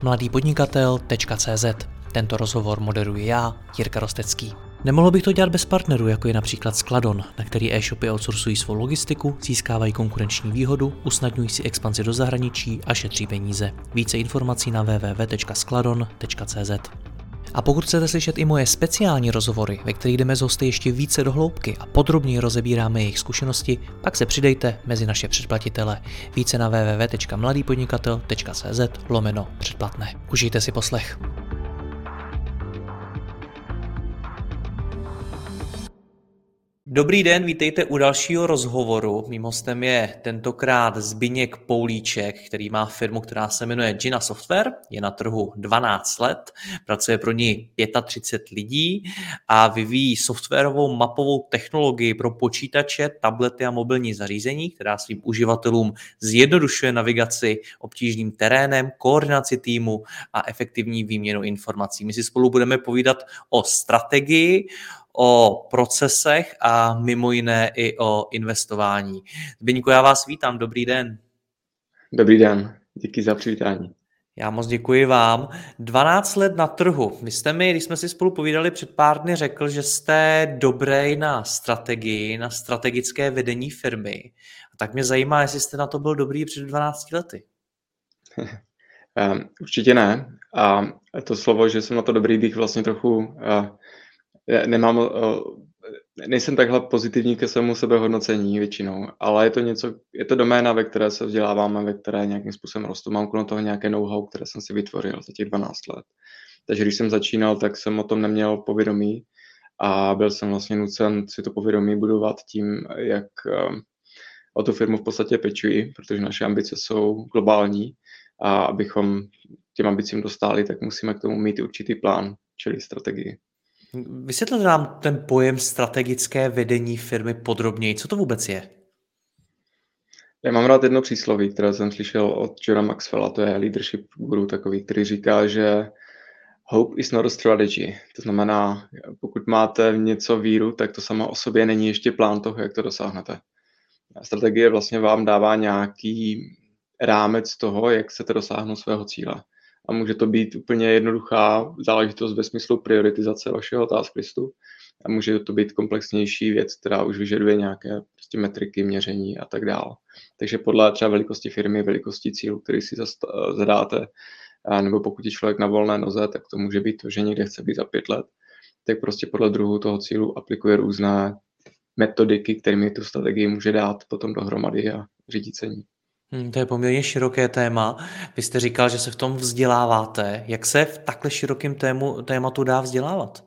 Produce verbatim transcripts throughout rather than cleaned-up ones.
mladýpodnikatel tečka cé zet. Tento rozhovor moderuji já, Jirka Rostecký. Nemohl bych to dělat bez partnerů, jako je například Skladon, na který e-shopy outsourcují svou logistiku, získávají konkurenční výhodu, usnadňují si expanzi do zahraničí a šetří peníze. Více informací na w w w tečka skladon tečka cé zet. A pokud chcete slyšet i moje speciální rozhovory, ve kterých jdeme s hosty ještě více do hloubky a podrobněji rozebíráme jejich zkušenosti, pak se přidejte mezi naše předplatitele. Více na w w w tečka mladýpodnikatel tečka cé zet lomeno předplatné. Užijte si poslech. Dobrý den, vítejte u dalšího rozhovoru. Mým hostem je tentokrát Zbyněk Poulíček, který má firmu, která se jmenuje Gina Software, je na trhu dvanáct let, pracuje pro ní třicet pět lidí a vyvíjí softwarovou mapovou technologii pro počítače, tablety a mobilní zařízení, která svým uživatelům zjednodušuje navigaci obtížným terénem, koordinaci týmu a efektivní výměnu informací. My si spolu budeme povídat o strategii, o procesech a mimo jiné i o investování. Zbyňku, já vás vítám, dobrý den. Dobrý den, díky za přivítání. Já moc děkuji vám. dvanáct let na trhu. Vy jste mi, když jsme si spolu povídali před pár dny, řekl, že jste dobrý na strategii, na strategické vedení firmy. A tak mě zajímá, jestli jste na to byl dobrý před dvanácti lety. Určitě ne. A to slovo, že jsem na to dobrý, bych vlastně trochu... Nemám, nejsem takhle pozitivní ke svému sebehodnocení většinou, ale je to něco, je to doména, ve které se vzděláváme, ve které nějakým způsobem rostu. Mám kolem toho nějaké know-how, které jsem si vytvořil za těch dvanáct let. Takže když jsem začínal, tak jsem o tom neměl povědomí a byl jsem vlastně nucen si to povědomí budovat tím, jak o tu firmu v podstatě pečuji, protože naše ambice jsou globální a abychom těm ambicím dostali, tak musíme k tomu mít určitý plán, čili strategii. Vysvětlete nám ten pojem strategické vedení firmy podrobněji. Co to vůbec je? Já mám rád jedno přísloví, které jsem slyšel od Johna Maxwella, to je leadership guru takový, který říká, že hope is not a strategy. To znamená, pokud máte v něco víru, tak to samo o sobě není ještě plán toho, jak to dosáhnete. Strategie vlastně vám dává nějaký rámec toho, jak chcete dosáhnout svého cíle. A může to být úplně jednoduchá záležitost ve smyslu prioritizace vašeho task listu. A může to být komplexnější věc, která už vyžaduje nějaké prostě metriky, měření a tak dále. Takže podle třeba velikosti firmy, velikosti cílu, který si zadáte, nebo pokud je člověk na volné noze, tak to může být to, že někde chce být za pět let, tak prostě podle druhu toho cílu aplikuje různé metodiky, kterými tu strategii může dát potom dohromady a řídit se ní. Hmm, to je poměrně široké téma. Vy jste říkal, že se v tom vzděláváte. Jak se v takhle širokém tému, tématu dá vzdělávat?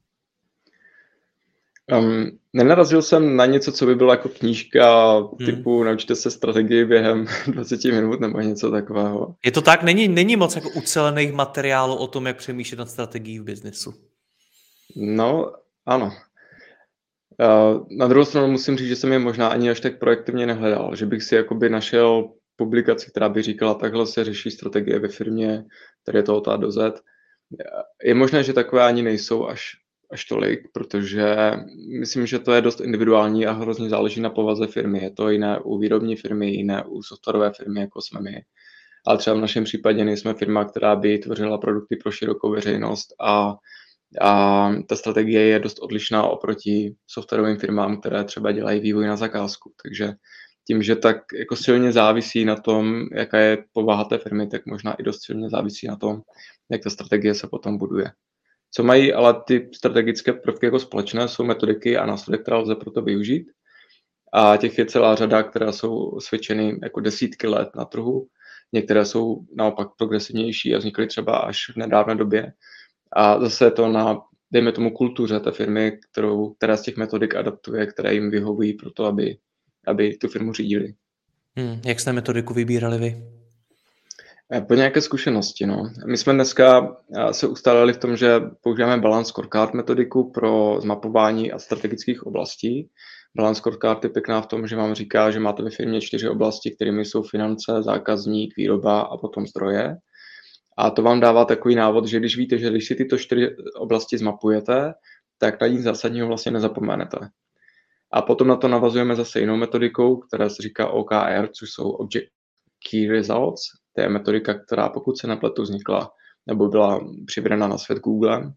Um, nenarazil jsem na něco, co by bylo jako knížka typu hmm. naučte se strategii během dvacet minut nebo něco takového. Je to tak? Není, není moc jako ucelených materiálů o tom, jak přemýšlet nad strategií v biznesu? No, ano. Uh, na druhou stranu musím říct, že jsem je možná ani až tak projektivně nehledal, že bych si jakoby našel publikaci, která by říkala, takhle se řeší strategie ve firmě, tady je to od A do Z. Je možné, že takové ani nejsou až, až tolik, protože myslím, že to je dost individuální a hrozně záleží na povaze firmy. Je to jiné u výrobní firmy, jiné u softwarové firmy, jako jsme my. Ale třeba v našem případě nejsme firma, která by tvořila produkty pro širokou veřejnost a A ta strategie je dost odlišná oproti softwarovým firmám, které třeba dělají vývoj na zakázku. Takže tím, že tak jako silně závisí na tom, jaká je povaha té firmy, tak možná i dost silně závisí na tom, jak ta strategie se potom buduje. Co mají ale ty strategické prvky jako společné, jsou metodiky a nástroje, které lze pro to využít. A těch je celá řada, které jsou osvědčeny jako desítky let na trhu. Některé jsou naopak progresivnější a vznikly třeba až v nedávné době. A zase je to na, dejme tomu, kultuře té firmy, kterou, která z těch metodik adaptuje, které jim vyhovují pro to, aby, aby tu firmu řídili. Hmm, jak jste metodiku vybírali vy? Po nějaké zkušenosti. No. My jsme dneska se ustálili v tom, že používáme Balance Scorecard metodiku pro zmapování a strategických oblastí. Balance Scorecard je pěkná v tom, že vám říká, že máte ve firmě čtyři oblasti, kterými jsou finance, zákazník, výroba a potom zdroje. A to vám dává takový návod, že když víte, že když si tyto čtyři oblasti zmapujete, tak na nic zásadního vlastně nezapomenete. A potom na to navazujeme zase jinou metodikou, která se říká O K R, což jsou Object Key Results, To je metodika, která pokud se nepletu vznikla nebo byla přivedena na svět Googlem.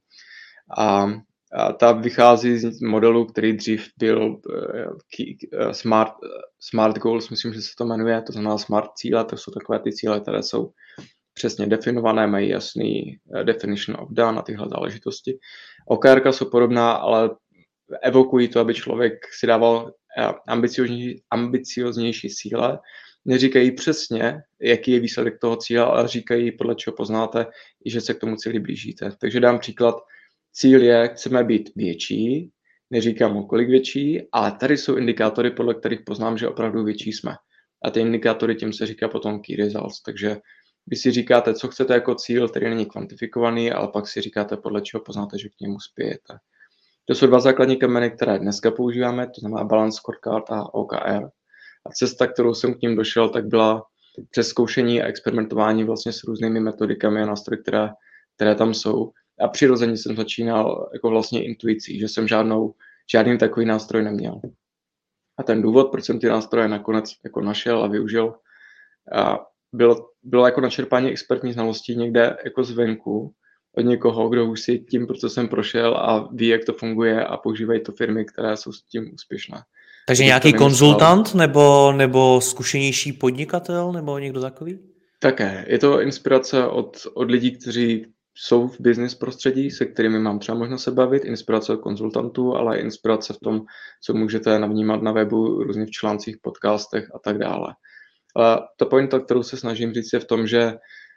A, a ta vychází z modelu, který dřív byl key, smart, smart Goals, myslím, že se to jmenuje, to znamená smart cíle, to jsou takové ty cíle, které jsou přesně definované, mají jasný definition of done a tyhle záležitosti. O K R jsou podobná, ale evokují to, aby člověk si dával ambicioznější, ambicioznější cíle. Neříkají přesně, jaký je výsledek toho cíle, ale říkají, podle čeho poznáte, že se k tomu cíli blížíte. Takže dám příklad. Cíl je, chceme být větší, neříkám o kolik větší, ale tady jsou indikátory, podle kterých poznám, že opravdu větší jsme. A ty indikátory, tím se říká potom key results. Takže vy si říkáte, co chcete jako cíl, který není kvantifikovaný, ale pak si říkáte, podle čeho poznáte, že k němu spějete. To jsou dva základní kameny, které dneska používáme, to znamená Balance Scorecard a O K R. A cesta, kterou jsem k ním došel, tak byla přes zkoušení a experimentování vlastně s různými metodikami a nástroji, které, které tam jsou. A přirozeně jsem začínal jako vlastně intuicí, že jsem žádnou, žádný takový nástroj neměl. A ten důvod, proč jsem ty nástroje nakonec jako našel a využil, a bylo, bylo jako načerpání expertní znalostí někde jako zvenku od někoho, kdo už si tím procesem prošel a ví, jak to funguje a používají to firmy, které jsou s tím úspěšné. Takže nějaký konzultant nebo, nebo zkušenější podnikatel nebo někdo takový? Také. Je to inspirace od, od lidí, kteří jsou v business prostředí, se kterými mám třeba možnost se bavit, inspirace od konzultantů, ale inspirace v tom, co můžete navnímat na webu, různě v článcích, podcastech a tak dále. Ale ta pointa, kterou se snažím říct, je v tom, že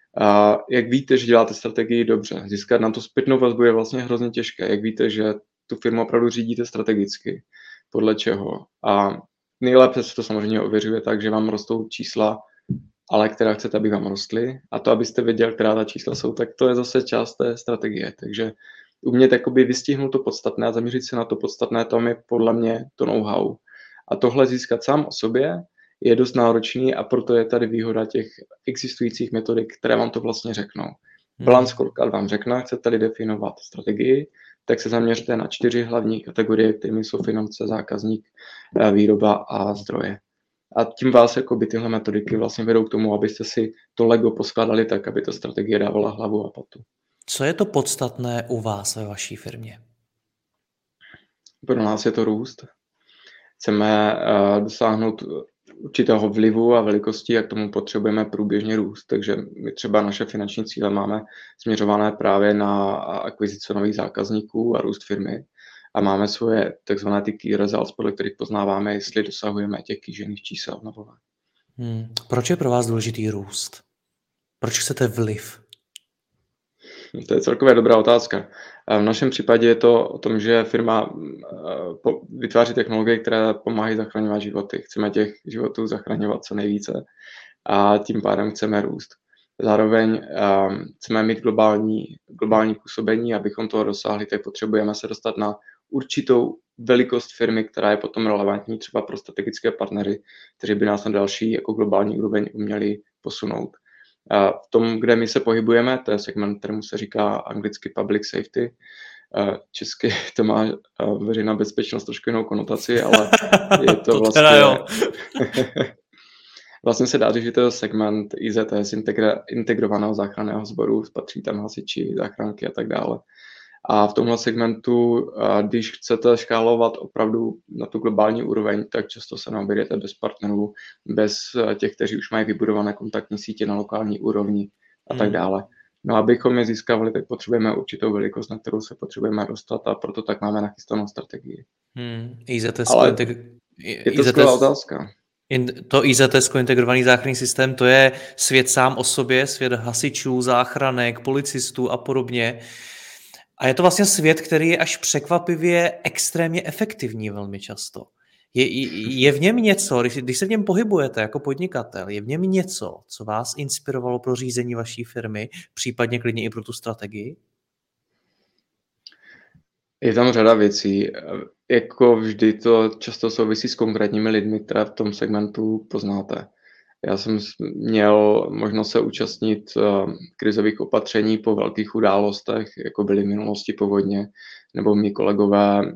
a jak víte, že děláte strategii dobře, získat na to zpětnou vazbu je vlastně hrozně těžké. Jak víte, že tu firmu opravdu řídíte strategicky, podle čeho. A nejlépe se to samozřejmě ověřuje tak, že vám rostou čísla, ale která chcete, aby vám rostly. A to, abyste věděl, která ta čísla jsou, tak to je zase část té strategie. Takže umět jakoby vystihnout to podstatné a zaměřit se na to podstatné, to je podle mě to know-how. A tohle získat sám o sobě je dost náročný a proto je tady výhoda těch existujících metodik, které vám to vlastně řeknou. Balance Scorecard vám řekne, chcete tady definovat strategii, tak se zaměřte na čtyři hlavní kategorie, kterými jsou finance, zákazník, výroba a zdroje. A tím vás jakoby, tyhle metodiky vlastně vedou k tomu, abyste si to Lego poskládali tak, aby ta strategie dávala hlavu a patu. Co je to podstatné u vás ve vaší firmě? Pro nás je to růst. Chceme uh, dosáhnout určitého vlivu a velikosti a k tomu potřebujeme průběžně růst. Takže my třeba naše finanční cíle máme směřované právě na akvizici nových zákazníků a růst firmy. A máme svoje takzvané ty key results, podle kterých poznáváme, jestli dosahujeme těch kýžených čísel nebo ne. Hmm. Proč je pro vás důležitý růst? Proč chcete vliv? To je celkově dobrá otázka. V našem případě je to o tom, že firma vytváří technologie, které pomáhají zachraňovat životy. Chceme těch životů zachraňovat co nejvíce a tím pádem chceme růst. Zároveň um, chceme mít globální, globální působení, abychom toho dosáhli, tak potřebujeme se dostat na určitou velikost firmy, která je potom relevantní třeba pro strategické partnery, kteří by nás na další jako globální úroveň uměli posunout. A v tom, kde my se pohybujeme, to je segment, kterému se říká anglicky public safety, česky to má veřejná bezpečnost trošku jinou konotaci, ale je to, to vlastně... Vlastně se dá říct, že to je segment I Z T S, integra, integrovaného záchranného sboru, patří tam hasiči, záchranky a tak dále. A v tomhle segmentu, když chcete škálovat opravdu na tu globální úroveň, tak často se neobjedete bez partnerů, bez těch, kteří už mají vybudované kontaktní sítě na lokální úrovni a tak dále. No, abychom je získávali, tak potřebujeme určitou velikost, na kterou se potřebujeme dostat a proto tak máme nachystanou strategii. Hmm. I Z T S, Ale integ- je to skvělá otázka. To I Z T S, integrovaný záchranný systém, to je svět sám o sobě, svět hasičů, záchranek, policistů a podobně. A je to vlastně svět, který je až překvapivě extrémně efektivní velmi často. Je, je v něm něco, když, když se v něm pohybujete jako podnikatel, je v něm něco, co vás inspirovalo pro řízení vaší firmy, případně klidně i pro tu strategii? Je tam řada věcí. Jako vždy to často souvisí s konkrétními lidmi, které v tom segmentu poznáte. Já jsem měl možnost se účastnit krizových opatření po velkých událostech, jako byly v minulosti povodně, nebo mý kolegové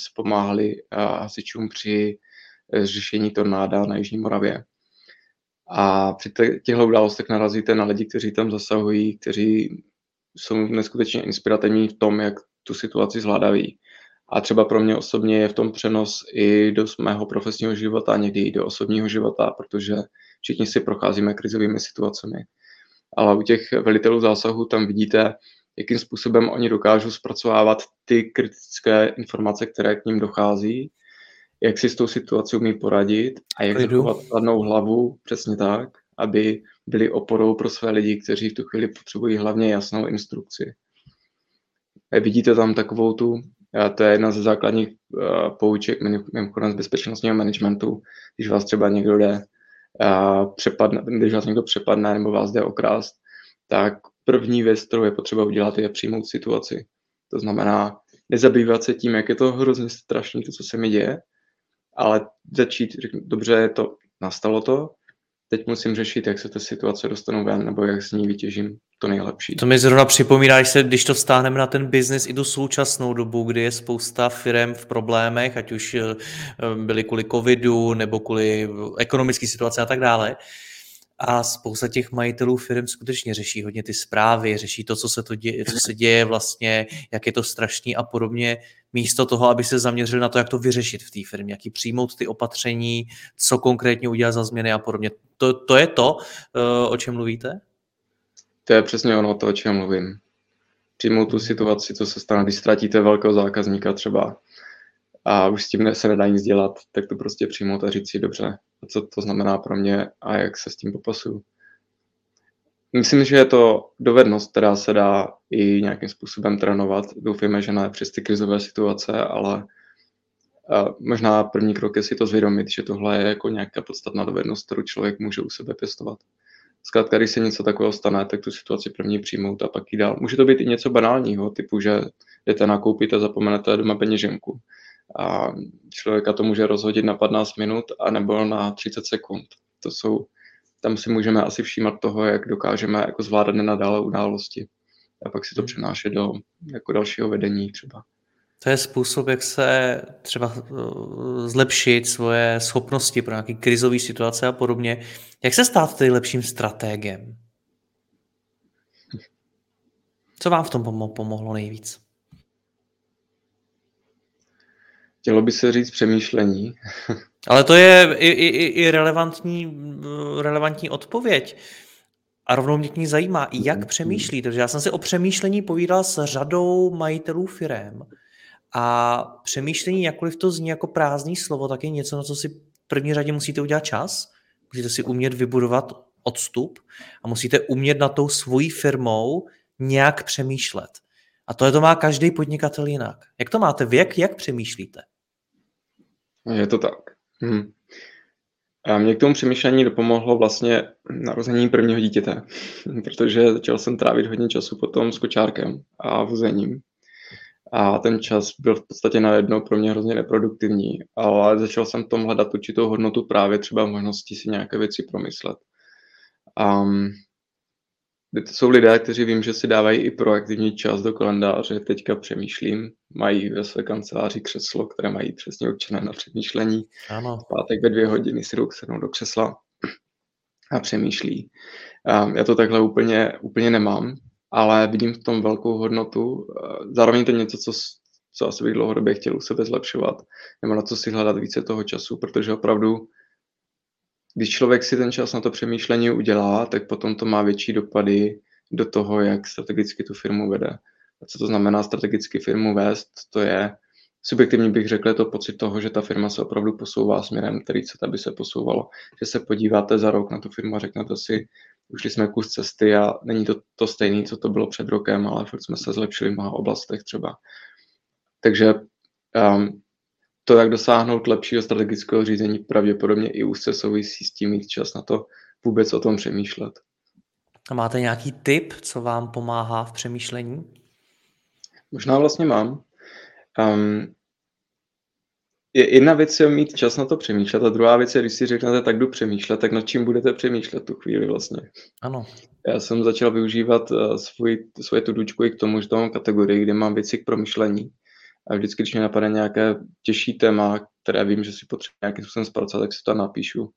pomáhali hasičům při řešení tornáda na Jižní Moravě. A při těchto událostech narazíte na lidi, kteří tam zasahují, kteří jsou neskutečně inspirativní v tom, jak tu situaci zvládají. A třeba pro mě osobně je v tom přenos i do mého profesního života, někdy i do osobního života, protože všichni si procházíme krizovými situacemi. Ale u těch velitelů zásahu tam vidíte, jakým způsobem oni dokážou zpracovávat ty kritické informace, které k ním dochází, jak si s tou situací umí poradit a jak Klidu. zachovat chladnou hlavu, přesně tak, aby byli oporou pro své lidi, kteří v tu chvíli potřebují hlavně jasnou instrukci. A vidíte tam takovou tu, to je jedna ze základních uh, pouček mimochodem z bezpečnostního managementu, když vás třeba někdo jde uh, přepadne, když vás někdo přepadne nebo vás jde okrást, tak první věc, kterou je potřeba udělat, je přijmout situaci. To znamená nezabývat se tím, jak je to hrozně strašný, to, co se mi děje, ale začít, řeknu, dobře, to, nastalo to, teď musím řešit, jak se té situace dostanu ven, nebo jak z ní vytěžím to nejlepší. To mi zrovna připomíná, když, se, když to vztáhneme na ten biznis i tu současnou dobu, kdy je spousta firem v problémech, ať už byly kvůli covidu, nebo kvůli ekonomické situaci a tak dále. A spousta těch majitelů firm skutečně řeší hodně ty zprávy, řeší to, co se, to děje, co se děje vlastně, jak je to strašný a podobně, místo toho, aby se zaměřili na to, jak to vyřešit v té firmě, jak přijmout ty opatření, co konkrétně udělat za změny a podobně. To, to je to, o čem mluvíte? To je přesně ono, to, o čem mluvím. Přijmout tu situaci, co se stane, když ztratíte velkého zákazníka třeba a už s tím se nedá nic dělat, tak to prostě přijmout a říct si dobře, co to znamená pro mě a jak se s tím popasuju. Myslím, že je to dovednost, která se dá i nějakým způsobem trénovat. Doufejme, že ne přes ty krizové situace, ale možná první krok je si to zvědomit, že tohle je jako nějaká podstatná dovednost, kterou člověk může u sebe pěstovat. Zkrátka, když se něco takového stane, tak tu situaci první přijmout a pak jí dál. Může to být i něco banálního, typu, že jdete nakoupit a zapomenete doma peněženku. A člověka to může rozhodit na patnáct minut anebo na třicet sekund. To jsou, tam si můžeme asi všímat toho, jak dokážeme jako zvládat nenadále události. A pak si to přenášet do jako dalšího vedení třeba. To je způsob, jak se třeba zlepšit svoje schopnosti pro nějaké krizové situace a podobně. Jak se stát tedy lepším stratégem? Co vám v tom pomohlo nejvíc? Chtělo by se říct přemýšlení. Ale to je i, i, i relevantní, relevantní odpověď. A rovnou mě k ní zajímá, jak přemýšlíte. Protože já jsem si o přemýšlení povídal s řadou majitelů firem. A přemýšlení, jakkoliv to zní jako prázdný slovo, tak je něco, na co si v první řadě musíte udělat čas. Musíte si umět vybudovat odstup a musíte umět na tou svojí firmou nějak přemýšlet. A tohle to má každý podnikatel jinak. Jak to máte vy? Jak, jak přemýšlíte? Je to tak. Hm. A mě k tomu přemýšlení dopomohlo vlastně narození prvního dítěte, protože začal jsem trávit hodně času potom s kočárkem a vozením. A ten čas byl v podstatě najednou pro mě hrozně neproduktivní, ale začal jsem v tom hledat určitou hodnotu právě třeba možnosti si nějaké věci promyslet. Um, to jsou lidé, kteří vím, že si dávají i proaktivní čas do kalendáře, teďka přemýšlím, mají ve své kanceláři křeslo, které mají přesně určené na přemýšlení. Ano. V pátek ve dvě hodiny si jdou sednout do křesla a přemýšlí. Um, já to takhle úplně, úplně nemám, ale vidím v tom velkou hodnotu. Zároveň to je něco, co, co asi bych dlouhodobě chtěl u sebe zlepšovat, nebo na co si hledat více toho času, protože opravdu, když člověk si ten čas na to přemýšlení udělá, tak potom to má větší dopady do toho, jak strategicky tu firmu vede. A co to znamená strategicky firmu vést, to je, subjektivně bych řekl, je to pocit toho, že ta firma se opravdu posouvá směrem, který chcete, aby se posouvalo. Že se podíváte za rok na tu firmu a řeknete si, ušli jsme kus cesty a není to to stejné, co to bylo před rokem, ale furt jsme se zlepšili v mnoha oblastech třeba. Takže um, to, jak dosáhnout lepšího strategického řízení, pravděpodobně i úzce souvisí s tím mít čas na to vůbec o tom přemýšlet. A máte nějaký tip, co vám pomáhá v přemýšlení? Možná vlastně mám. Um, jedna věc je mít čas na to přemýšlet a druhá věc je, když si řeknete, tak jdu přemýšlet, tak nad čím budete přemýšlet tu chvíli vlastně. Ano. Já jsem začal využívat uh, svůj, svoje tudučku i k tomu, že to mám kategorii, kde mám věci k promyšlení. A vždycky, když mě napadne nějaké těžší téma, které vím, že si potřebuji nějakým způsobem zpracovat, tak si to napíšu.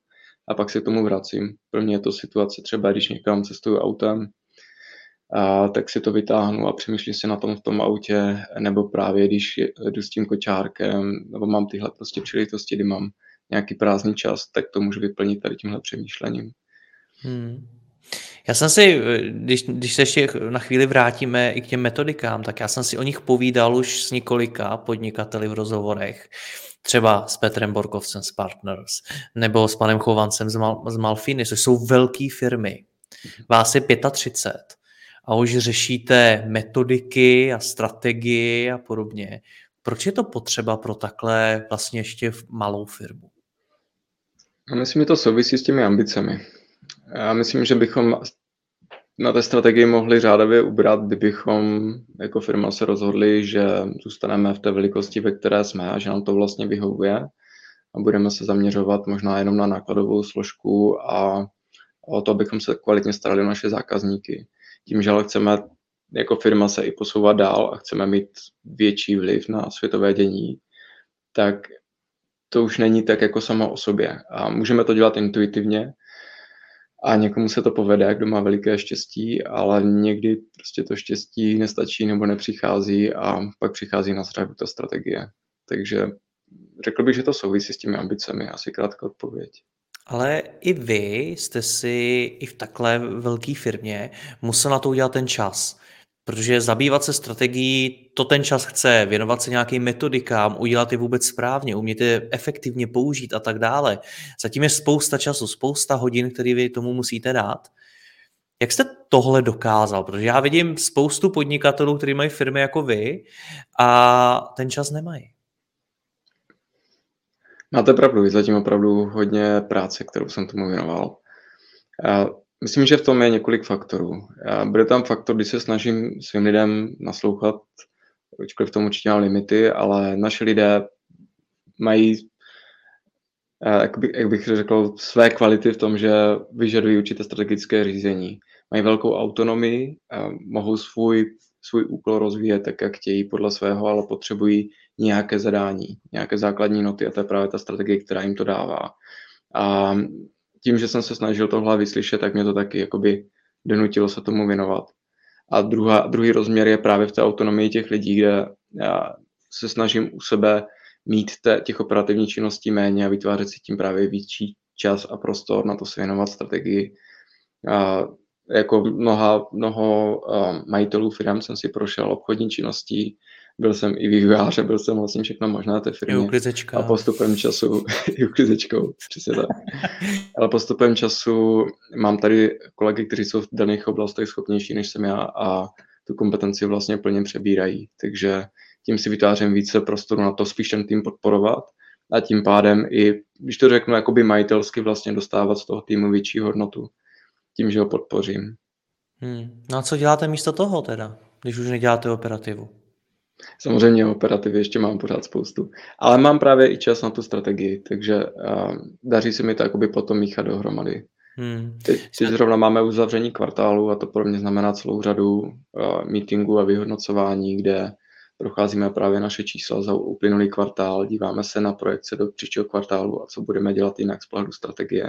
a pak se k tomu vracím. Pro mě je to situace třeba, když někam cestuju autem, a tak si to vytáhnu a přemýšlím si na tom v tom autě, nebo právě když je- jdu s tím kočárkem, nebo mám tyhle prostě příležitosti, kdy mám nějaký prázdný čas, tak to můžu vyplnit tady tímhle přemýšlením. Hmm. Já jsem si, když, když se ještě na chvíli vrátíme i k těm metodikám, tak já jsem si o nich povídal už s několika podnikateli v rozhovorech, třeba s Petrem Borkovcem z Partners, nebo s panem Chovancem z, Mal, z Malfiny, což jsou velké firmy. Vás je třicet pět a už řešíte metodiky a strategii a podobně. Proč je to potřeba pro takhle vlastně ještě malou firmu? A myslím, že to souvisí s těmi ambicemi. Já myslím, že bychom na té strategii mohli řádově ubrat, kdybychom jako firma se rozhodli, že zůstaneme v té velikosti, ve které jsme a že nám to vlastně vyhovuje a budeme se zaměřovat možná jenom na nákladovou složku a o to, abychom se kvalitně starali o naše zákazníky. Tím, že ale chceme jako firma se i posouvat dál a chceme mít větší vliv na světové dění, tak to už není tak jako samo o sobě. A můžeme to dělat intuitivně a někomu se to povede, kdo má veliké štěstí, ale někdy prostě to štěstí nestačí nebo nepřichází a pak přichází na řadu ta strategie. Takže řekl bych, že to souvisí s těmi ambicemi, asi krátká odpověď. Ale i vy jste si i v takhle velké firmě musel na to udělat ten čas. Protože zabývat se strategií, to ten čas chce, věnovat se nějakým metodikám, udělat je vůbec správně, umět je efektivně použít a tak dále. Zatím je spousta času, spousta hodin, který vy tomu musíte dát. Jak jste tohle dokázal? Protože já vidím spoustu podnikatelů, kteří mají firmy jako vy a ten čas nemají. Máte pravdu, je zatím opravdu hodně práce, kterou jsem tomu věnoval. Já myslím, že v tom je několik faktorů. Bude tam faktor, kdy se snažím svým lidem naslouchat, ačkoliv v tom určitě mám limity, ale naši lidé mají, jak bych, jak bych řekl, své kvality v tom, že vyžadují určité strategické řízení. Mají velkou autonomii, mohou svůj, svůj úkol rozvíjet tak, jak chtějí podle svého, ale potřebují nějaké zadání, nějaké základní noty a to je právě ta strategie, která jim to dává. A tím, že jsem se snažil tohle vyslyšet, tak mě to taky jakoby donutilo se tomu věnovat. A druhá, druhý rozměr je právě v té autonomii těch lidí, kde já se snažím u sebe mít te, těch operativních činností méně a vytvářet si tím právě větší čas a prostor na to se věnovat strategii. A jako mnoha, mnoho um, majitelů firm jsem si prošel obchodní činností, byl jsem i vývojář, byl jsem vlastně všechno možné té firmě. A postupem času, i uklizečkou, přesně tak. Ale postupem času mám tady kolegy, kteří jsou v daných oblastech schopnější než jsem já a tu kompetenci vlastně plně přebírají. Takže tím si vytvářím více prostoru na to spíš ten tým podporovat a tím pádem i, když to řeknu, jakoby majitelsky vlastně dostávat z toho týmu větší hodnotu tím, že ho podpořím. Hmm. No a co děláte místo toho teda, když už neděláte operativu? Samozřejmě operativy ještě mám pořád spoustu, ale mám právě i čas na tu strategii, takže uh, daří se mi to jakoby potom míchat dohromady. Hmm. Teď, teď zrovna máme uzavření kvartálu a to pro mě znamená celou řadu uh, meetingů a vyhodnocování, kde procházíme právě naše čísla za uplynulý kvartál, díváme se na projekce do příštího kvartálu a co budeme dělat jinak z pohledu strategie.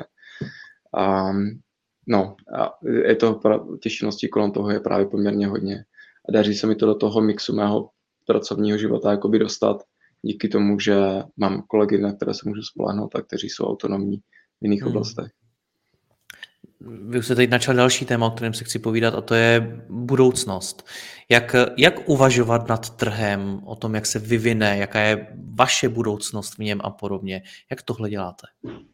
Um, no a je to, těch činností kolem toho je právě poměrně hodně. A daří se mi to do toho mixu mého pracovního života jakoby dostat díky tomu, že mám kolegy, na které se můžu spolehnout a kteří jsou autonomní v jiných hmm. oblastech. Vy už jste teď načal další téma, o kterém se chci povídat, a to je budoucnost. Jak, jak uvažovat nad trhem, o tom, jak se vyvine, jaká je vaše budoucnost v něm a podobně. Jak tohle děláte?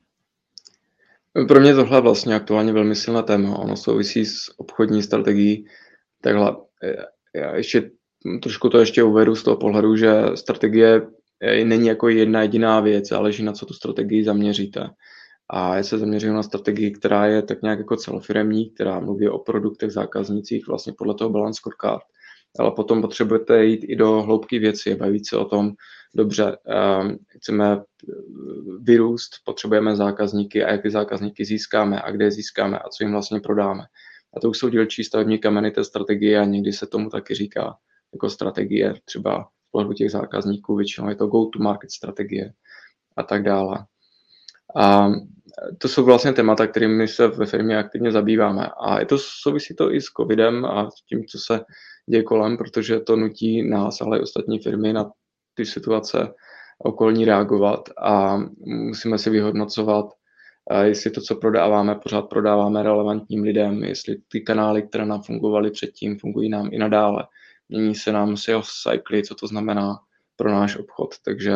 Pro mě tohle je vlastně aktuálně velmi silné téma. Ono souvisí s obchodní strategií. Takhle, já ještě trošku to ještě uvedu z toho pohledu, že strategie není jako jedna jediná věc, záleží na co tu strategii zaměříte. A já se zaměřím na strategii, která je tak nějak jako celofiremní, která mluví o produktech, zákaznících, vlastně podle toho balance scorecard. Ale potom potřebujete jít i do hloubky věci, bavit se o tom, dobře, um, chceme vyrůst, potřebujeme zákazníky a jak ty zákazníky získáme a kde je získáme a co jim vlastně prodáme. A to už jsou dílčí stavební kameny té strategie a někdy se tomu taky říká jako strategie, třeba z pohledu těch zákazníků, většinou je to go-to-market strategie a tak dále. A to jsou vlastně témata, kterými se ve firmě aktivně zabýváme. A je to, souvisí to i s covidem a s tím, co se děje kolem, protože to nutí nás, ale i ostatní firmy na ty situace okolní reagovat a musíme si vyhodnocovat, jestli to, co prodáváme, pořád prodáváme relevantním lidem, jestli ty kanály, které nám fungovaly předtím, fungují nám i nadále. Mění se nám sales cycly, co to znamená pro náš obchod, takže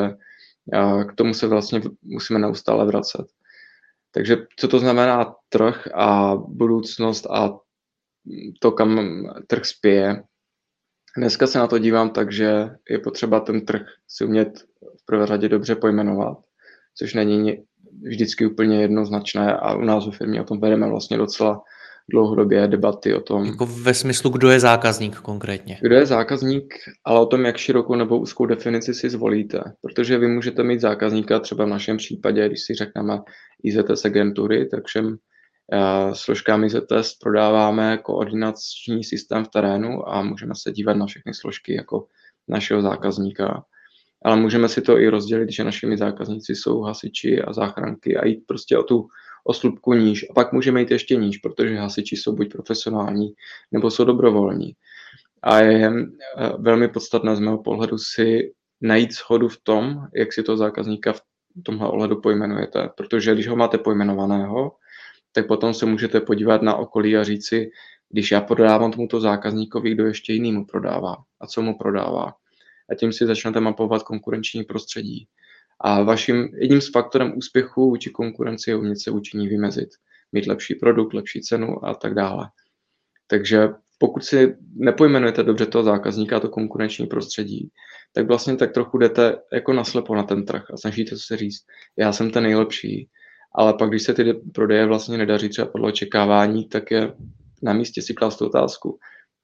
k tomu se vlastně musíme neustále vracet. Takže co to znamená trh a budoucnost a to, kam trh spěje. Dneska se na to dívám tak, že je potřeba ten trh si umět v prvé řadě dobře pojmenovat, což není vždycky úplně jednoznačné a u nás ve firmě o tom vedeme vlastně docela dlouhodobě debaty o tom. Jako ve smyslu, kdo je zákazník konkrétně? Kdo je zákazník, ale o tom, jak širokou nebo úzkou definici si zvolíte. Protože vy můžete mít zákazníka třeba v našem případě, když si řekneme I Z T S agentury, tak všem uh, složkám I Z T S prodáváme koordinační systém v terénu a můžeme se dívat na všechny složky jako našeho zákazníka. Ale můžeme si to i rozdělit, že našimi zákazníci jsou hasiči a záchranky a jít prostě o tu o slupku níž. A pak můžeme jít ještě níž, protože hasiči jsou buď profesionální, nebo jsou dobrovolní. A je velmi podstatné z mého pohledu si najít shodu v tom, jak si toho zákazníka v tomhle ohledu pojmenujete. Protože když ho máte pojmenovaného, tak potom se můžete podívat na okolí a říct si, když já prodávám tomuto zákazníkovi, kdo ještě jiný mu prodává a co mu prodává. A tím si začnete mapovat konkurenční prostředí. A vaším jedním z faktorem úspěchu vůči konkurenci je umět se vůči ní vymezit. Mít lepší produkt, lepší cenu a tak dále. Takže pokud si nepojmenujete dobře toho zákazníka a to konkurenční prostředí, tak vlastně tak trochu jdete jako naslepo na ten trh a snažíte se říct, já jsem ten nejlepší, ale pak, když se ty prodeje vlastně nedaří třeba podle očekávání, tak je na místě si klást tu otázku.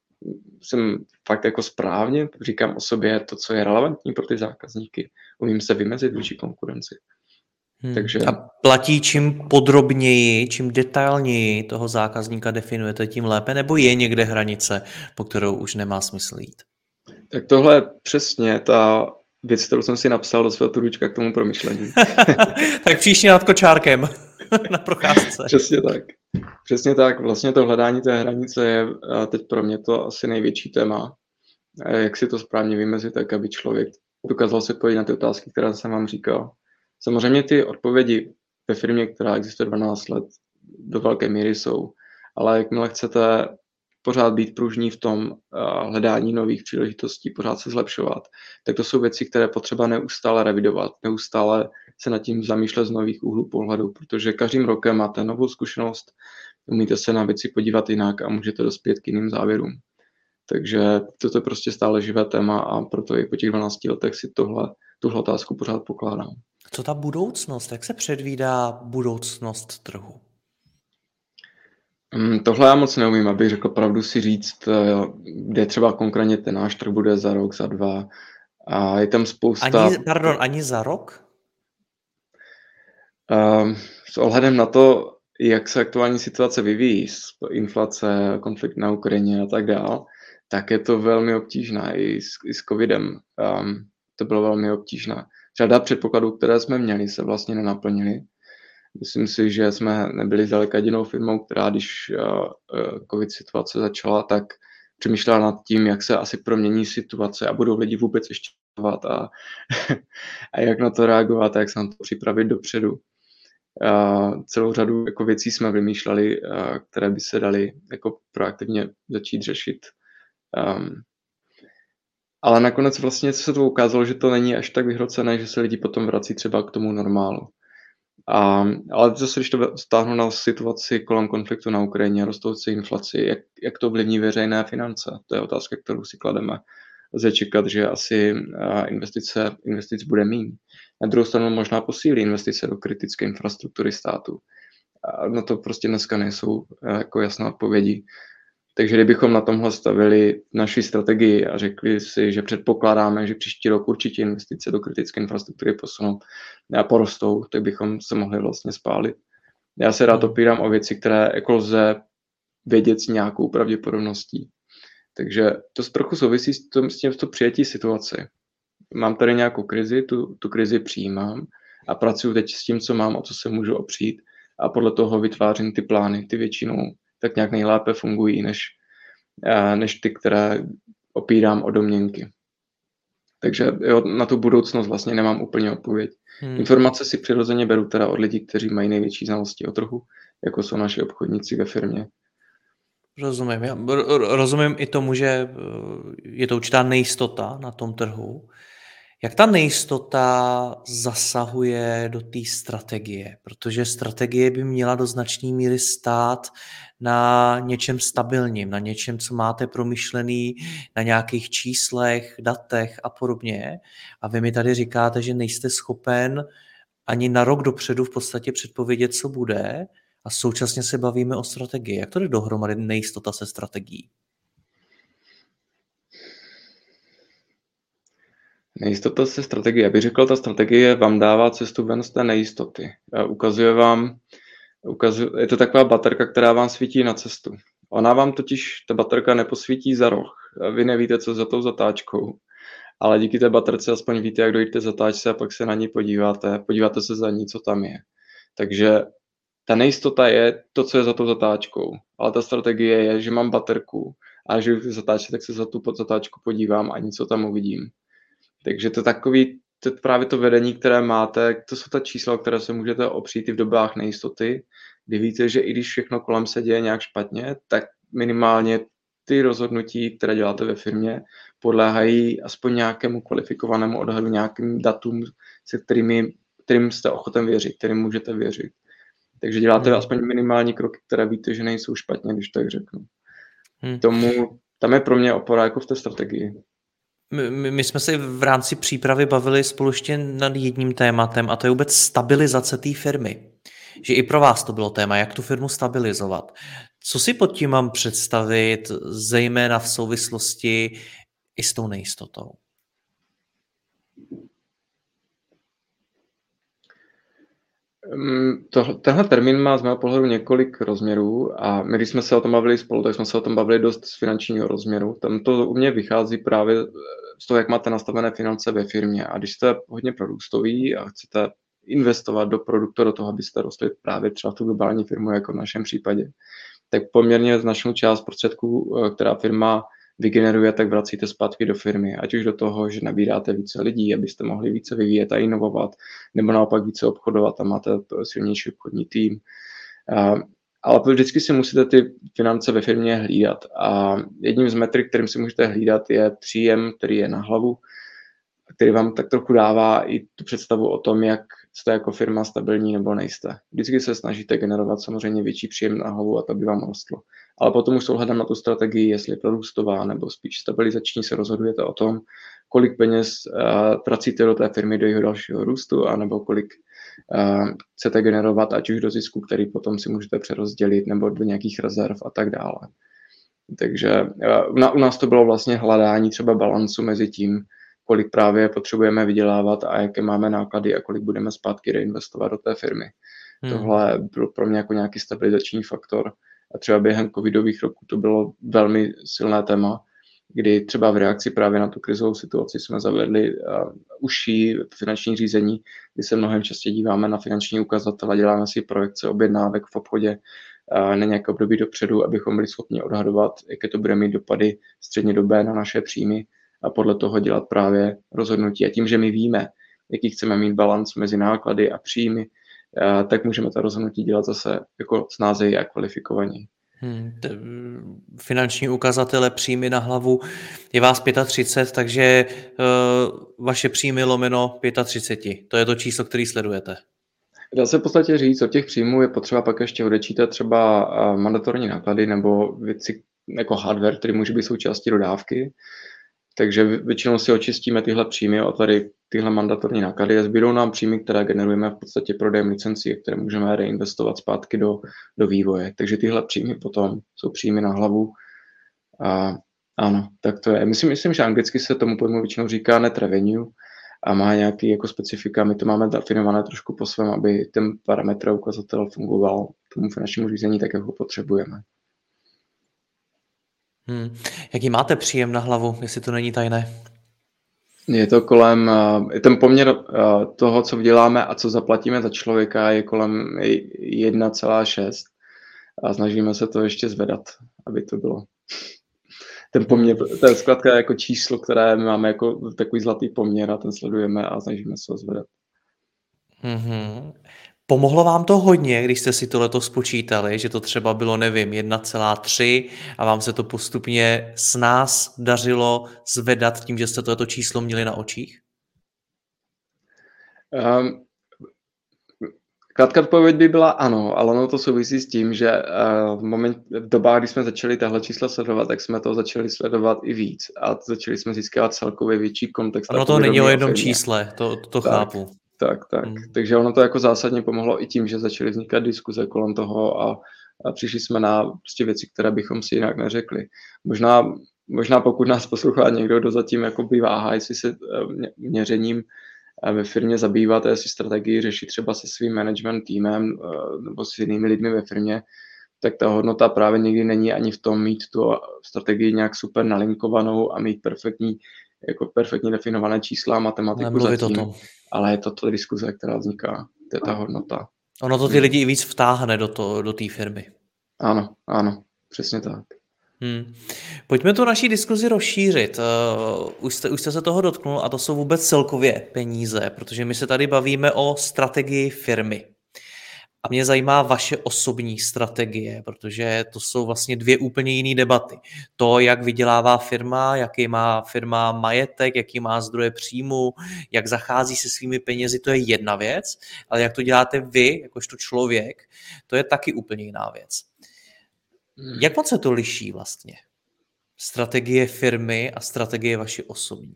Jsem fakt jako správně, říkám o sobě to, co je relevantní pro ty zákazníky. Umím se vymezit vůči konkurenci. Hmm. Takže... A platí, čím podrobněji, čím detailněji toho zákazníka definujete, tím lépe, nebo je někde hranice, po kterou už nemá smysl jít? Tak tohle je přesně ta věc, kterou jsem si napsal do svého turučka k tomu promyšlení. Tak příště nad kočárkem na procházce. Přesně tak. Přesně tak. Vlastně to hledání té hranice je teď pro mě to asi největší téma. Jak si to správně vymezit, tak aby člověk dokázal se odpovědět na ty otázky, které jsem vám říkal. Samozřejmě ty odpovědi ve firmě, která existuje dvanáct let, do velké míry jsou, ale jakmile chcete pořád být pružní v tom hledání nových příležitostí, pořád se zlepšovat, tak to jsou věci, které potřeba neustále revidovat, neustále se nad tím zamýšlet z nových úhlů pohledu, protože každým rokem máte novou zkušenost, umíte se na věci podívat jinak a můžete dospět k jiným závěrům. Takže toto je prostě stále živé téma a proto i po těch dvanácti letech si tohle, tuhle otázku pořád pokládám. Co ta budoucnost? Jak se předvídá budoucnost trhu? Tohle já moc neumím, abych řekl pravdu si říct, kde třeba konkrétně ten náš trh bude za rok, za dva. A je tam spousta... Ani, pardon, ani za rok? Um, s ohledem na to, jak se aktuální situace vyvíjí, inflace, konflikt na Ukrajině a tak dál, tak je to velmi obtížné i s, i s covidem. Um, to bylo velmi obtížné. Řada předpokladů, které jsme měli, se vlastně nenaplnily. Myslím si, že jsme nebyli zdaleka jedinou firmou, která, když uh, covid situace začala, tak přemýšlela nad tím, jak se asi promění situace a budou lidi vůbec ještě a, a jak na to reagovat a jak se na to připravit dopředu. Uh, celou řadu jako věcí jsme vymýšleli, uh, které by se daly jako proaktivně začít řešit. Um, ale nakonec vlastně se to ukázalo, že to není až tak vyhrocené, že se lidi potom vrací třeba k tomu normálu. A, ale zase, když to stáhnu na situaci kolem konfliktu na Ukrajině a rostoucí inflaci, jak, jak to ovlivní veřejné finance? To je otázka, kterou si klademe. Lze čekat, že asi investice, investic bude míň. Na druhou stranu možná posílí investice do kritické infrastruktury státu. A na to prostě dneska nejsou jako jasné odpovědi. Takže kdybychom na tomhle stavili naši strategii a řekli si, že předpokládáme, že příští rok určitě investice do kritické infrastruktury posunou a porostou, tak bychom se mohli vlastně spálit. Já se rád opírám o věci, které jako lze vědět s nějakou pravděpodobností. Takže to trochu souvisí s tím, s tím to přijetí situace. Mám tady nějakou krizi, tu, tu krizi přijímám a pracuji teď s tím, co mám, o co se můžu opřít a podle toho vytvářím ty plány. Ty většinou tak nějak nejlépe fungují, než, než ty, které opírám o domněnky. Takže jo, na tu budoucnost vlastně nemám úplně odpověď. Hmm. Informace si přirozeně beru teda od lidí, kteří mají největší znalosti o trhu, jako jsou naši obchodníci ve firmě. Rozumím. Já rozumím i tomu, že je to určitá nejistota na tom trhu. Jak ta nejistota zasahuje do té strategie? Protože strategie by měla do značné míry stát na něčem stabilním, na něčem, co máte promyšlený, na nějakých číslech, datech a podobně. A vy mi tady říkáte, že nejste schopen ani na rok dopředu v podstatě předpovědět, co bude, a současně se bavíme o strategii. Jak to jde dohromady nejistota se strategií? Nejistota se strategie. Já bych řekl, ta strategie vám dává cestu ven z té nejistoty. Ukazuje vám, ukazuje, je to taková baterka, která vám svítí na cestu. Ona vám totiž, ta baterka neposvítí za roh. Vy nevíte, co za tou zatáčkou. Ale díky té baterce aspoň víte, jak dojít té zatáčce a pak se na ní podíváte. Podíváte se za ní, co tam je. Takže ta nejistota je to, co je za tou zatáčkou. Ale ta strategie je, že mám baterku a že v zatáčce, tak se za tu zatáčku podívám a něco tam uvidím. Takže to takový, to právě to vedení, které máte, to jsou ta čísla, které se můžete opřít i v dobách nejistoty, kdy víte, že i když všechno kolem se děje nějak špatně, tak minimálně ty rozhodnutí, které děláte ve firmě, podléhají aspoň nějakému kvalifikovanému odhadu, nějakým datům, se kterými, kterým jste ochoten věřit, kterým můžete věřit. Takže děláte hmm. aspoň minimální kroky, které víte, že nejsou špatně, když tak řeknu. Hmm. Tomu, tam je pro mě opora jako v té strategii. My, my jsme se v rámci přípravy bavili spolu ještě nad jedním tématem, a to je vůbec stabilizace té firmy. Že i pro vás to bylo téma, jak tu firmu stabilizovat. Co si pod tím mám představit, zejména v souvislosti i s tou nejistotou? To, tenhle termín má z mého pohledu několik rozměrů a my, když jsme se o tom bavili spolu, tak jsme se o tom bavili dost z finančního rozměru. Tam to u mě vychází právě z toho, jak máte nastavené finance ve firmě. A když jste hodně prorůstoví a chcete investovat do produktu, do toho, abyste rostli právě třeba tu globální firmu, jako v našem případě, tak poměrně značnou část prostředků, která firma vygeneruje, tak vracíte zpátky do firmy. Ať už do toho, že nabíráte více lidí, abyste mohli více vyvíjet a inovovat, nebo naopak více obchodovat a máte silnější obchodní tým. Ale vždycky si musíte ty finance ve firmě hlídat. A jedním z metrik, kterým si můžete hlídat, je příjem, který je na hlavu, který vám tak trochu dává i tu představu o tom, jak jste jako firma stabilní nebo nejste. Vždycky se snažíte generovat samozřejmě větší příjem na hlavu a to by vám rostlo. Ale potom už s ohledem na tu strategii, jestli prorůstová nebo spíš stabilizační, se rozhodujete o tom, kolik peněz uh, vracíte do té firmy do jeho dalšího růstu, anebo kolik uh, chcete generovat, ať už do zisku, který potom si můžete přerozdělit, nebo do nějakých rezerv a tak dále. Takže uh, na, u nás to bylo vlastně hledání třeba balancu mezi tím, kolik právě potřebujeme vydělávat a jaké máme náklady a kolik budeme zpátky reinvestovat do té firmy. Hmm. Tohle byl pro mě jako nějaký stabilizační faktor. A třeba během covidových roků to bylo velmi silné téma, kdy třeba v reakci právě na tu krizovou situaci jsme zavedli uh, užší finanční řízení, kdy se mnohem častěji díváme na finanční ukazatele, děláme si projekce objednávek v obchodě uh, na nějaké období dopředu, abychom byli schopni odhadovat, jaké to bude mít dopady střednědobé na naše příjmy a podle toho dělat právě rozhodnutí. A tím, že my víme, jaký chceme mít balans mezi náklady a příjmy, tak můžeme ta rozhodnutí dělat zase jako snázeji a kvalifikovaněji. Hmm, finanční ukazatele, příjmy na hlavu, je vás třicet pět, takže uh, vaše příjmy lomeno třicet pět. To je to číslo, který sledujete. Dá se v podstatě říct, od těch příjmů je potřeba pak ještě odečítat třeba mandatorní náklady nebo věci jako hardware, který může být součástí dodávky. Takže většinou si očistíme tyhle příjmy a tady tyhle mandatorní náklady a zbydou nám příjmy, které generujeme v podstatě prodejem licencí, které můžeme reinvestovat zpátky do, do vývoje. Takže tyhle příjmy potom jsou příjmy na hlavu. A ano, tak to je. Myslím, myslím, že anglicky se tomu pojmu většinou říká net revenue a má nějaký jako specifika. My to máme definované trošku po svém, aby ten parametr a ukazatel fungoval tomu finančnímu řízení tak, jak ho potřebujeme. Hmm. Jaký máte příjem na hlavu, jestli to není tajné? Je to kolem, uh, ten poměr uh, toho, co děláme a co zaplatíme za člověka, je kolem jedna celá šest a snažíme se to ještě zvedat, aby to bylo. Ten poměr, Hmm. to je zkrátka jako číslo, které máme jako takový zlatý poměr a ten sledujeme a snažíme se ho zvedat. Mm-hmm. Pomohlo vám to hodně, když jste si tohleto spočítali, že to třeba bylo, nevím, jedna celá tři a vám se to postupně s nás dařilo zvedat tím, že jste tohleto číslo měli na očích? Um, Krátká odpověď by byla ano, ale ono to souvisí s tím, že uh, v, moment, v dobách, kdy jsme začali tahle čísla sledovat, tak jsme to začali sledovat i víc a začali jsme získávat celkově větší kontext. Ono to není o jednom čísle, to, to tak, chápu. Tak, tak. Hmm. Takže ono to jako zásadně pomohlo i tím, že začaly vznikat diskuze kolem toho a, a přišli jsme na prostě věci, které bychom si jinak neřekli. Možná, možná pokud nás poslouchá někdo, kdo zatím jakoby váhá, jestli se měřením ve firmě zabývá, té si strategii řešit třeba se svým management týmem nebo s jinými lidmi ve firmě, tak ta hodnota právě někdy není ani v tom mít tu strategii nějak super nalinkovanou a mít perfektní, jako perfektně definované čísla a matematiku zatím, ale je to to diskuze, která vzniká, to je ta hodnota. Ono to ty lidi i víc vtáhne do té do té firmy. Ano, ano, přesně tak. Hmm. Pojďme tu naší diskuzi rozšířit. Uh, už, jste, už jste se toho dotknul a to jsou vůbec celkově peníze, protože my se tady bavíme o strategii firmy. A mě zajímá vaše osobní strategie, protože to jsou vlastně dvě úplně jiné debaty. To, jak vydělává firma, jaký má firma majetek, jaký má zdroje příjmu, jak zachází se svými penězi, to je jedna věc, ale jak to děláte vy, jakožto člověk, to je taky úplně jiná věc. Jak moc se to liší vlastně? Strategie firmy a strategie vaší osobní?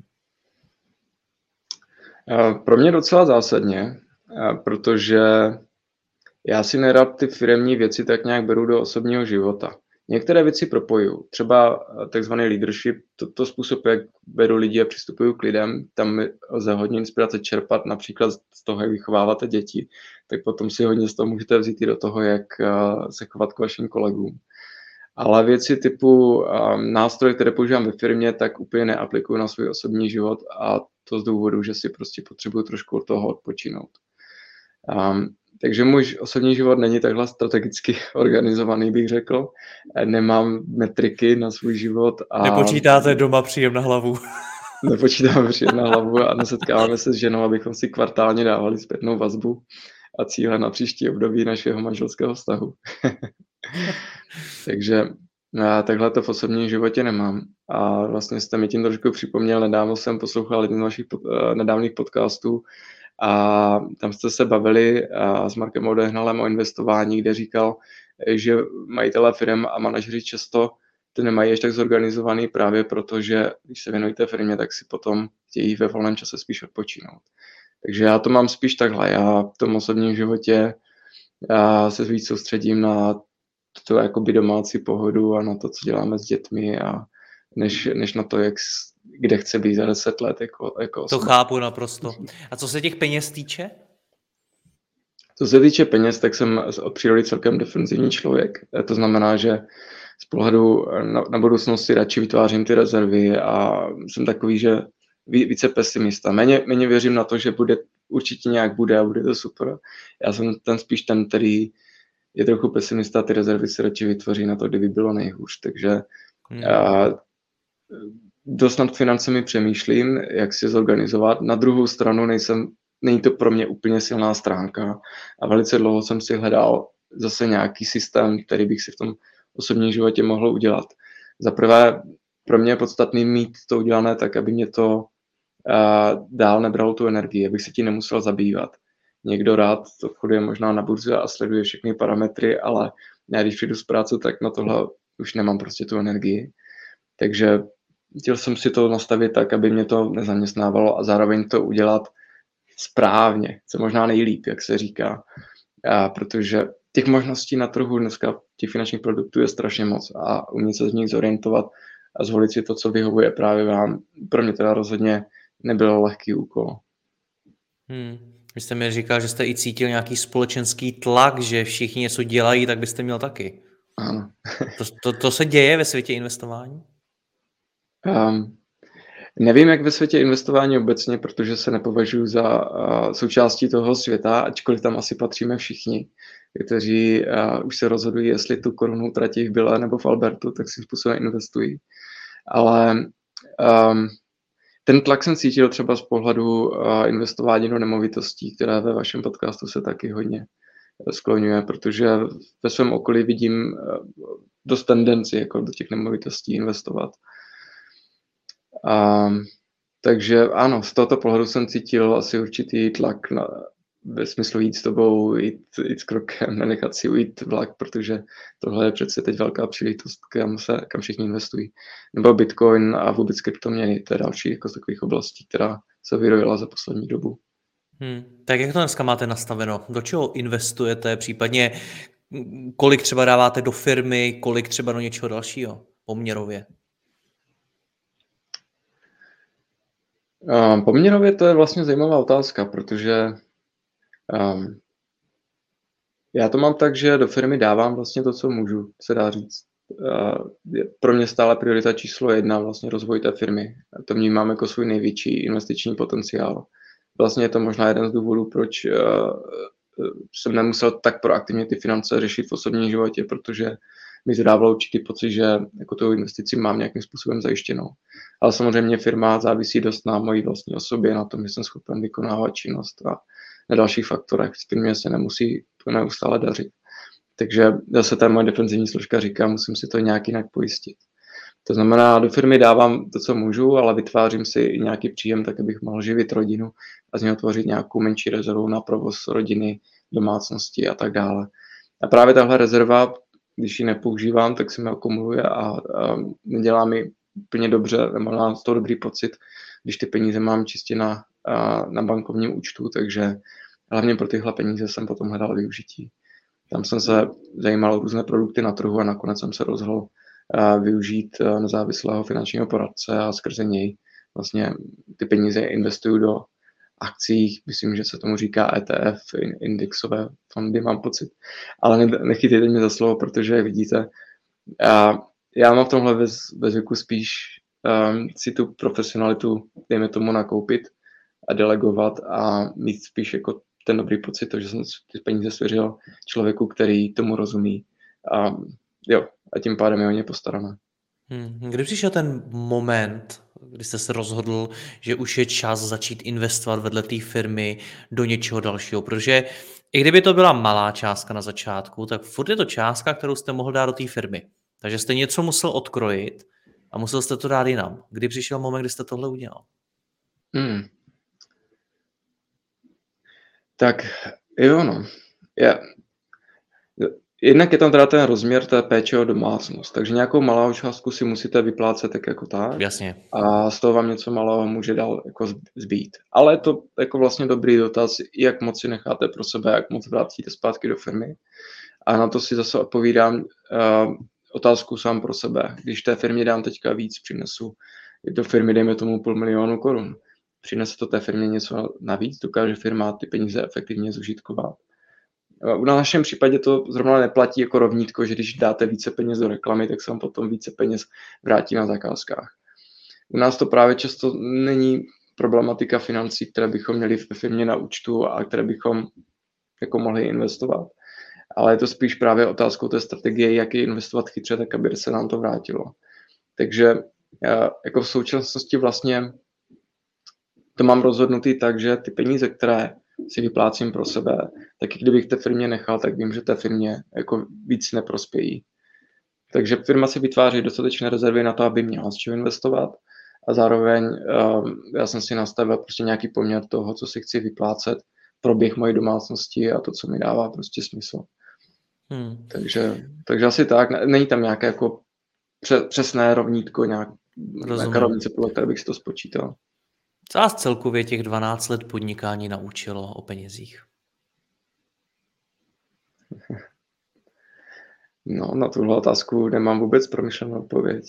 Pro mě docela zásadně, protože já si nerad ty firemní věci tak nějak beru do osobního života. Některé věci propojuju. Třeba takzvaný leadership, to, to způsob, jak beru lidi a přistupuju k lidem, tam lze hodně inspirace čerpat, například z toho, jak vychováváte děti, tak potom si hodně z toho můžete vzít i do toho, jak se chovat k vašim kolegům. Ale věci typu um, nástroje, které používám ve firmě, tak úplně neaplikuju na svůj osobní život a to z důvodu, že si prostě potřebuju trošku od toho odpočinout. Um, takže můj osobní život není takhle strategicky organizovaný, bych řekl. Nemám metriky na svůj život. A nepočítáte doma příjem na hlavu. Nepočítáme příjem na hlavu a nesetkáváme se s ženou, abychom si kvartálně dávali zpětnou vazbu a cíle na příští období našeho manželského vztahu. Takže takhle to v osobním životě nemám. A vlastně jste mi tím trošku připomněl, nedávno jsem poslouchal jeden z vašich nedávných podcastů a tam jste se bavili s Markem Odehnalem o investování, kde říkal, že majitelé firm a manažeři často to nemají ještě tak zorganizovaný právě proto, že když se věnujete firmě, tak si potom chtějí ve volném čase spíš odpočinout. Takže já to mám spíš takhle. Já v tom osobním životě já se víc soustředím na to jakoby domácí pohodu a na to, co děláme s dětmi a než, než na to, jak, kde chce být za deset let. Jako, jako to chápu naprosto. A co se těch peněz týče? Co se týče peněz, tak jsem od přírody celkem defenzivní člověk. To znamená, že z pohledu na, na budoucnost si radši vytvářím ty rezervy a jsem takový, že více pesimista. Méně, méně věřím na to, že bude, určitě nějak bude a bude to super. Já jsem ten spíš ten, který je trochu pesimista, ty rezervy si radši vytvoří na to, kdyby bylo nejhůř. Takže hmm. a, dost nad financemi přemýšlím, jak si zorganizovat. Na druhou stranu nejsem, není to pro mě úplně silná stránka a velice dlouho jsem si hledal zase nějaký systém, který bych si v tom osobním životě mohl udělat. Za prvé, pro mě je podstatný mít to udělané tak, aby mě to uh, dál nebralo tu energii, abych se tím nemusel zabývat. Někdo rád obchoduje možná na burze a sleduje všechny parametry, ale já když přijdu z práce, tak na tohle už nemám prostě tu energii. Takže chtěl jsem si to nastavit tak, aby mě to nezaměstnávalo a zároveň to udělat správně, co možná nejlíp, jak se říká. A protože těch možností na trhu dneska těch finančních produktů je strašně moc a umět se z nich zorientovat a zvolit si to, co vyhovuje právě vám, pro mě teda rozhodně nebylo lehký úkol. Hmm. Vy jste mi říkal, že jste i cítil nějaký společenský tlak, že všichni něco dělají, tak byste měl taky. Ano. to, to, to se děje ve světě investování? Um, Nevím, jak ve světě investování obecně, protože se nepovažuji za uh, součástí toho světa, ačkoliv tam asi patříme všichni, kteří uh, už se rozhodují, jestli tu korunu utratí v Bille nebo v Albertu, tak si způsobem investují. Ale um, ten tlak jsem cítil třeba z pohledu uh, investování do nemovitostí, které ve vašem podcastu se taky hodně skloňuje, protože ve svém okolí vidím uh, dost tendenci jako do těch nemovitostí investovat. Um, takže ano, z tohoto pohledu jsem cítil asi určitý tlak na, ve smyslu jít s tobou, jít, jít s krokem, nenechat si ujít vlak, protože tohle je přece teď velká příležitost, kam, se, kam všichni investují. Nebo Bitcoin a vůbec kryptoměny, to je další jako z takových oblastí, která se vyrojila za poslední dobu. Hmm. Tak jak to dneska máte nastaveno? Do čeho investujete, případně kolik třeba dáváte do firmy, kolik třeba do něčeho dalšího poměrově? Um, poměrově to je vlastně zajímavá otázka, protože um, já to mám tak, že do firmy dávám vlastně to, co můžu, se dá říct. Uh, je pro mě stále priorita číslo jedna vlastně rozvoj té firmy. To vnímám jako svůj největší investiční potenciál. Vlastně je to možná jeden z důvodů, proč uh, jsem nemusel tak proaktivně ty finance řešit v osobním životě, protože mi to dávalo určitý pocit, že jako tu investici mám nějakým způsobem zajištěnou. Ale samozřejmě firma závisí dost na mojí vlastní osobě, na tom, že jsem schopen vykonávat činnost a na dalších faktorech. V firmě se nemusí to neustále dařit. Takže zase ta moje defenzivní složka říká, musím si to nějak jinak pojistit. To znamená, do firmy dávám to, co můžu, ale vytvářím si i nějaký příjem, tak abych mohl živit rodinu a z něho tvořit nějakou menší rezervu na provoz rodiny, domácnosti a tak dále. A právě tahle rezerva, když ji nepoužívám, tak se mi akumuluje a, a nedělá mi úplně dobře, nebo mám z toho dobrý pocit, když ty peníze mám čistě na, a, na bankovním účtu, takže hlavně pro tyhle peníze jsem potom hledal využití. Tam jsem se zajímal o různé produkty na trhu a nakonec jsem se rozhodl využít nezávislého finančního poradce a skrze něj vlastně ty peníze investuju do akcí, myslím, že se tomu říká E T F, indexové fondy, mám pocit. Ale nechytejte mě za slovo, protože, jak vidíte, já mám v tomhle ve, ve zvyku spíš um, si tu profesionalitu, dejme tomu, nakoupit a delegovat a mít spíš jako ten dobrý pocit, to, že jsem ty peníze svěřil člověku, který tomu rozumí. A jo, a tím pádem je o ně postarané. Hmm. Kdy přišel ten moment, kdy jste se rozhodl, že už je čas začít investovat vedle té firmy do něčeho dalšího? Protože i kdyby to byla malá částka na začátku, tak furt je to částka, kterou jste mohl dát do té firmy. Takže jste něco musel odkrojit a musel jste to dát jinam. Kdy přišel moment, kdy jste tohle udělal? Hmm. Tak jo, no. Já, jednak je tam teda ten rozměr té péče o domácnost, takže nějakou malou částku si musíte vyplácet tak jako tak. Jasně. A z toho vám něco malého může dál jako zbýt. Ale je to jako vlastně dobrý dotaz, jak moc si necháte pro sebe, jak moc vrátíte zpátky do firmy. A na to si zase odpovídám uh, otázku sám pro sebe. Když té firmě dám teďka víc, přinesu do firmy, dejme tomu půl milionu korun. Přinese to té firmě něco navíc, dokáže firma ty peníze efektivně zužitkovat. V našem případě to zrovna neplatí jako rovnítko, že když dáte více peněz do reklamy, tak se vám potom více peněz vrátí na zakázkách. U nás to právě často není problematika financí, které bychom měli ve firmě na účtu a které bychom jako mohli investovat. Ale je to spíš právě otázkou té strategie, jak je investovat chytře, tak aby se nám to vrátilo. Takže jako v současnosti vlastně to mám rozhodnutý tak, že ty peníze, které si vyplácím pro sebe, tak i kdybych té firmě nechal, tak vím, že té firmě jako víc neprospějí. Takže firma si vytváří dostatečné rezervy na to, aby měla z čeho investovat a zároveň uh, já jsem si nastavil prostě nějaký poměr toho, co si chci vyplácet pro běh mojí domácnosti a to, co mi dává prostě smysl. Hmm. Takže, takže asi tak. Není tam nějaké jako přesné rovnítko, nějak, nějaká rovnice, podle které bych si to spočítal. Co vás celkově těch dvanáct let podnikání naučilo o penězích? No, na tuhle otázku nemám vůbec promyšlenou odpověď.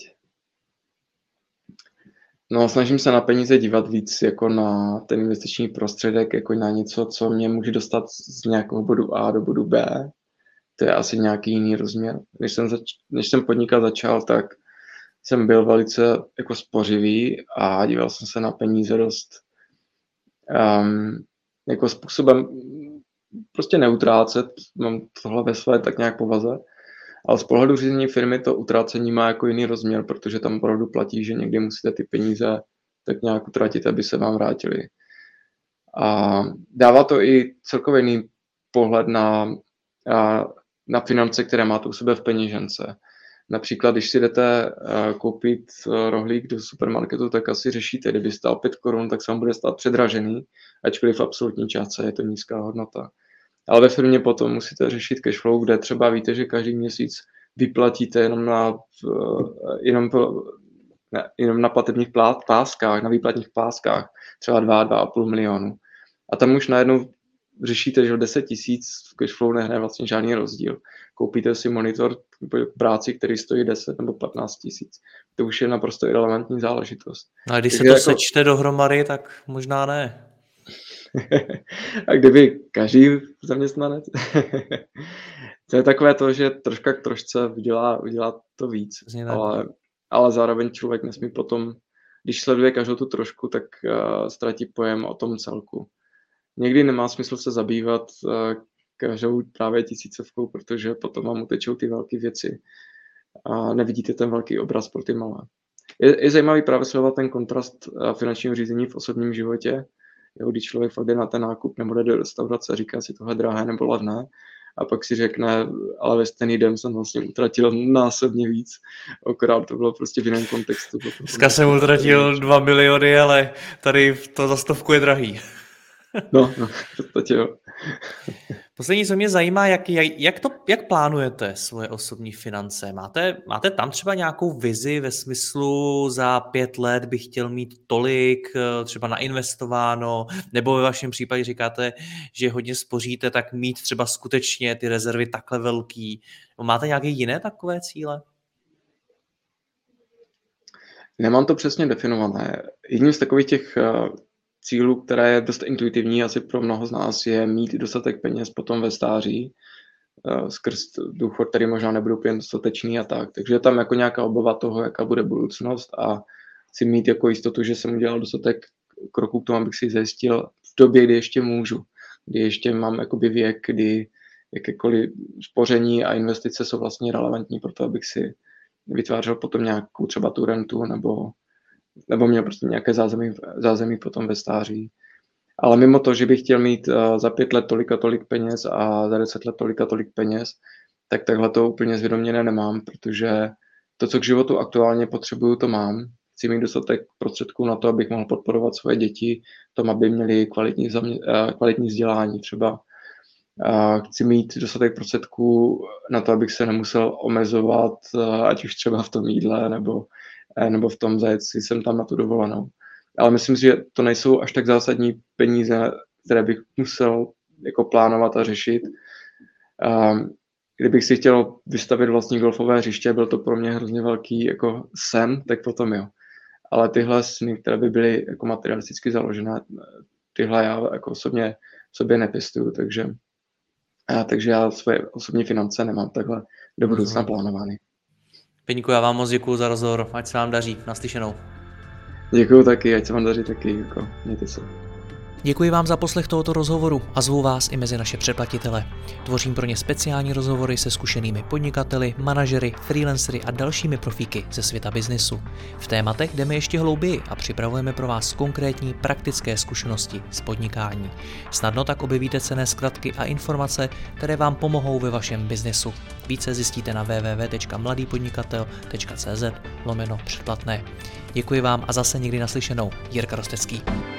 No, snažím se na peníze dívat víc jako na ten investiční prostředek, jako na něco, co mě může dostat z nějakého bodu A do bodu B. To je asi nějaký jiný rozměr. Než jsem, zač- než jsem podnikat začal, tak jsem byl velice jako spořivý a díval jsem se na peníze dost um, jako způsobem prostě neutrácet, mám tohle ve své tak nějak povaze, ale z pohledu řízení firmy to utrácení má jako jiný rozměr, protože tam opravdu platí, že někdy musíte ty peníze tak nějak utratit, aby se vám vrátily. A dává to i celkově jiný pohled na, na finance, které máte u sebe v peněžence. Například, když si jdete koupit rohlík do supermarketu, tak asi řešíte, kdyby stál pět korun, tak se vám bude stát předražený, ačkoliv v absolutní částce je to nízká hodnota. Ale ve firmě potom musíte řešit cashflow, kde třeba víte, že každý měsíc vyplatíte jenom na, jenom, ne, jenom na platebních páskách, na výplatních páskách třeba dva, dva a půl milionu. A tam už najednou řešíte, že o deset tisíc v cashflow nehraje vlastně žádný rozdíl. Koupíte si monitor k práci, který stojí deset nebo patnáct tisíc. To už je naprosto irelevantní záležitost. No a když Takže se to jako... sečte dohromady, tak možná ne. A kdyby každý zaměstnanec? To je takové to, že troška k trošce udělá, udělá to víc, ale, ale zároveň člověk nesmí potom, když sleduje každou tu trošku, tak uh, ztratí pojem o tom celku. Někdy nemá smysl se zabývat uh, každou právě tisícovkou, protože potom vám utečou ty velké věci a nevidíte ten velký obraz pro ty malé. Je, je zajímavý právě sledovat ten kontrast uh, finančního řízení v osobním životě. Jo, když člověk fakt jde na ten nákup nebo jde do restaurace a říká si tohle drahé nebo levné a pak si řekne, ale ve stejný den jsem vlastně utratil násobně víc, akorát to bylo prostě v jiném kontextu. Dneska jsem utratil dva miliony, ale tady to za stovku je drahý. No, no, v podstatě jo. Poslední, co mě zajímá, jak, jak, jak, to, jak plánujete svoje osobní finance? Máte, máte tam třeba nějakou vizi ve smyslu za pět let bych chtěl mít tolik třeba nainvestováno, nebo ve vašem případě říkáte, že hodně spoříte, tak mít třeba skutečně ty rezervy takhle velký. Máte nějaké jiné takové cíle? Nemám to přesně definované. Jedním z takových těch cílů, které je dost intuitivní asi pro mnoho z nás, je mít dostatek peněz potom ve stáří skrz důchod, který možná nebude úplně dostatečný a tak. Takže je tam jako nějaká obava toho, jaká bude budoucnost a chci mít jako jistotu, že jsem udělal dostatek kroků k tomu, abych si zajistil v době, kdy ještě můžu, kdy ještě mám jakoby věk, kdy jakékoliv spoření a investice jsou vlastně relevantní pro to, abych si vytvářel potom nějakou třeba tu rentu nebo nebo měl prostě nějaké zázemí, zázemí potom ve stáří. Ale mimo to, že bych chtěl mít uh, za pět let tolik a tolik peněz a za deset let tolik a tolik peněz, tak takhle to úplně zvědoměné nemám, protože to, co k životu aktuálně potřebuju, to mám. Chci mít dostatek prostředků na to, abych mohl podporovat svoje děti, tom, aby měli kvalitní, zamě- uh, kvalitní vzdělání třeba. Uh, chci mít dostatek prostředků na to, abych se nemusel omezovat, uh, ať už třeba v tom jídle, nebo nebo v tom zajet si sem tam na tu dovolenou. Ale myslím si, že to nejsou až tak zásadní peníze, které bych musel jako plánovat a řešit. Um, kdybych si chtěl vystavit vlastní golfové hřiště, byl to pro mě hrozně velký jako sen, tak potom jo. Ale tyhle sny, které by byly jako materialisticky založené, tyhle já jako osobně sobě nepěstuju, takže, a, takže já svoje osobní finance nemám takhle do budoucna plánovány. Peňku, já vám moc děkuju za rozhovor, ať se vám daří, naslyšenou. Děkuju taky, ať se vám daří taky, jako, mějte se. Děkuji vám za poslech tohoto rozhovoru a zvu vás i mezi naše předplatitele. Tvořím pro ně speciální rozhovory se zkušenými podnikateli, manažery, freelancery a dalšími profíky ze světa biznesu. V tématech jdeme ještě hlouběji a připravujeme pro vás konkrétní praktické zkušenosti z podnikání. Snadno tak objevíte cenné zkratky a informace, které vám pomohou ve vašem biznesu. Více zjistíte na w w w tečka mladý podnikatel tečka c z lomeno předplatné. Děkuji vám a zase někdy naslyšenou. Jirka Rostecký.